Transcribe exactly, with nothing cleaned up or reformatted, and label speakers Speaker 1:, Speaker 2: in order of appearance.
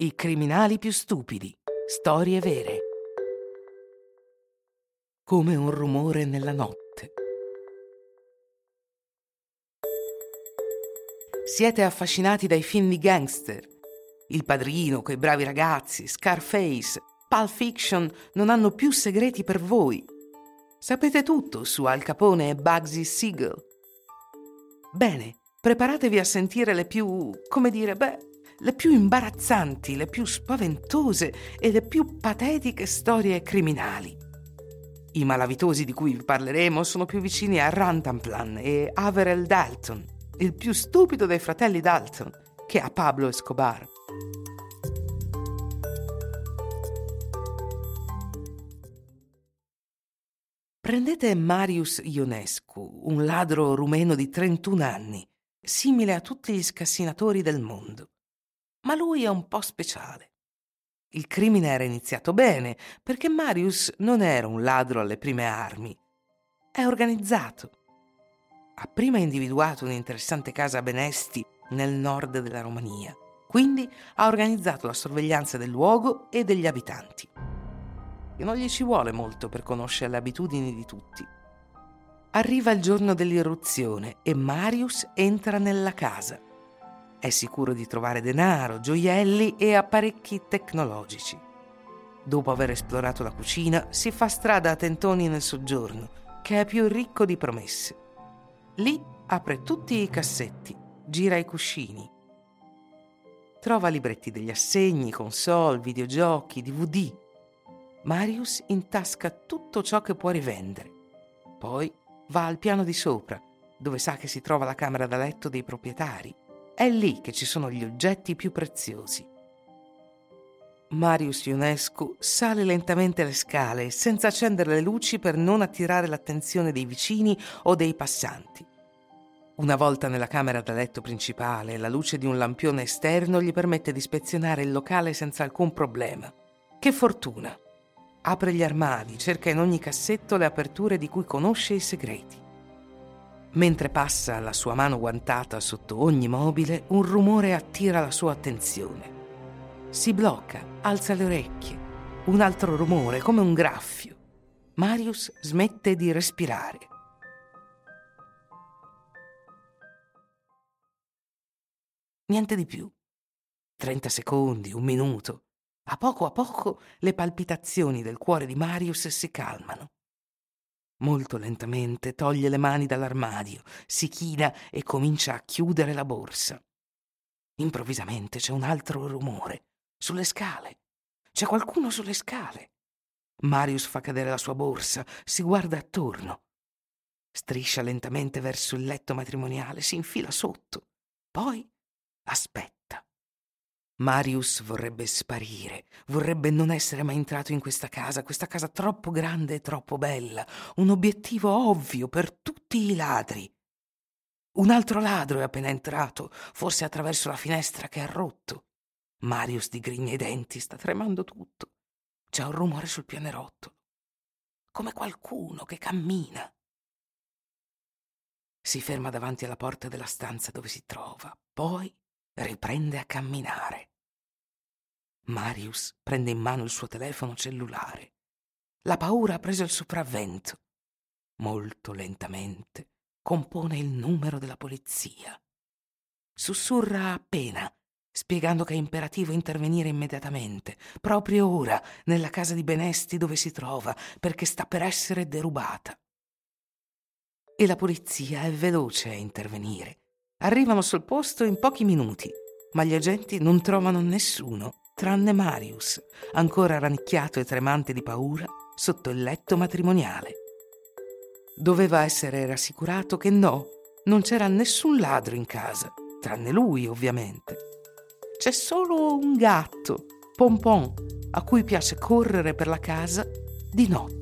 Speaker 1: I criminali più stupidi. Storie vere. Come un rumore nella notte. Siete affascinati dai film di gangster? Il Padrino, Quei bravi ragazzi, Scarface, Pulp Fiction non hanno più segreti per voi. Sapete tutto su Al Capone e Bugsy Siegel. Bene, preparatevi a sentire le più, come dire, beh, le più imbarazzanti, le più spaventose e le più patetiche storie criminali. I malavitosi di cui vi parleremo sono più vicini a Rantanplan e Averell Dalton, il più stupido dei fratelli Dalton, che a Pablo Escobar. Prendete Marius Ionescu, un ladro rumeno di trentuno anni, simile a tutti gli scassinatori del mondo. Ma lui è un po' speciale. Il crimine era iniziato bene, perché Marius non era un ladro alle prime armi. È organizzato. Ha prima individuato un'interessante casa a Benesti nel nord della Romania. Quindi ha organizzato la sorveglianza del luogo e degli abitanti. E non gli ci vuole molto per conoscere le abitudini di tutti. Arriva il giorno dell'irruzione e Marius entra nella casa. È sicuro di trovare denaro, gioielli e apparecchi tecnologici. Dopo aver esplorato la cucina, si fa strada a tentoni nel soggiorno, che è più ricco di promesse. Lì apre tutti i cassetti, gira i cuscini. Trova libretti degli assegni, console, videogiochi, D V D. Marius intasca tutto ciò che può rivendere. Poi va al piano di sopra, dove sa che si trova la camera da letto dei proprietari. È lì che ci sono gli oggetti più preziosi. Marius Ionescu sale lentamente le scale senza accendere le luci per non attirare l'attenzione dei vicini o dei passanti. Una volta nella camera da letto principale, la luce di un lampione esterno gli permette di ispezionare il locale senza alcun problema. Che fortuna! Apre gli armadi, cerca in ogni cassetto le aperture di cui conosce i segreti. Mentre passa la sua mano guantata sotto ogni mobile, un rumore attira la sua attenzione. Si blocca, alza le orecchie. Un altro rumore, come un graffio. Marius smette di respirare. Niente di più. trenta secondi, un minuto. A poco a poco le palpitazioni del cuore di Marius si calmano. Molto lentamente toglie le mani dall'armadio, si china e comincia a chiudere la borsa. Improvvisamente c'è un altro rumore. Sulle scale. C'è qualcuno sulle scale. Marius fa cadere la sua borsa, si guarda attorno. Striscia lentamente verso il letto matrimoniale, si infila sotto. Poi aspetta. Marius vorrebbe sparire, vorrebbe non essere mai entrato in questa casa, questa casa troppo grande e troppo bella, un obiettivo ovvio per tutti i ladri. Un altro ladro è appena entrato, forse attraverso la finestra che ha rotto. Marius digrigna i denti, sta tremando tutto. C'è un rumore sul pianerottolo, come qualcuno che cammina. Si ferma davanti alla porta della stanza dove si trova, poi riprende a camminare. Marius prende in mano il suo telefono cellulare. La paura ha preso il sopravvento. Molto lentamente compone il numero della polizia. Sussurra appena, spiegando che è imperativo intervenire immediatamente, proprio ora, nella casa di Benesti dove si trova, perché sta per essere derubata. E la polizia è veloce a intervenire. Arrivano sul posto in pochi minuti, ma gli agenti non trovano nessuno, tranne Marius, ancora rannicchiato e tremante di paura, sotto il letto matrimoniale. Doveva essere rassicurato che no, non c'era nessun ladro in casa, tranne lui ovviamente. C'è solo un gatto, Pompon, a cui piace correre per la casa di notte.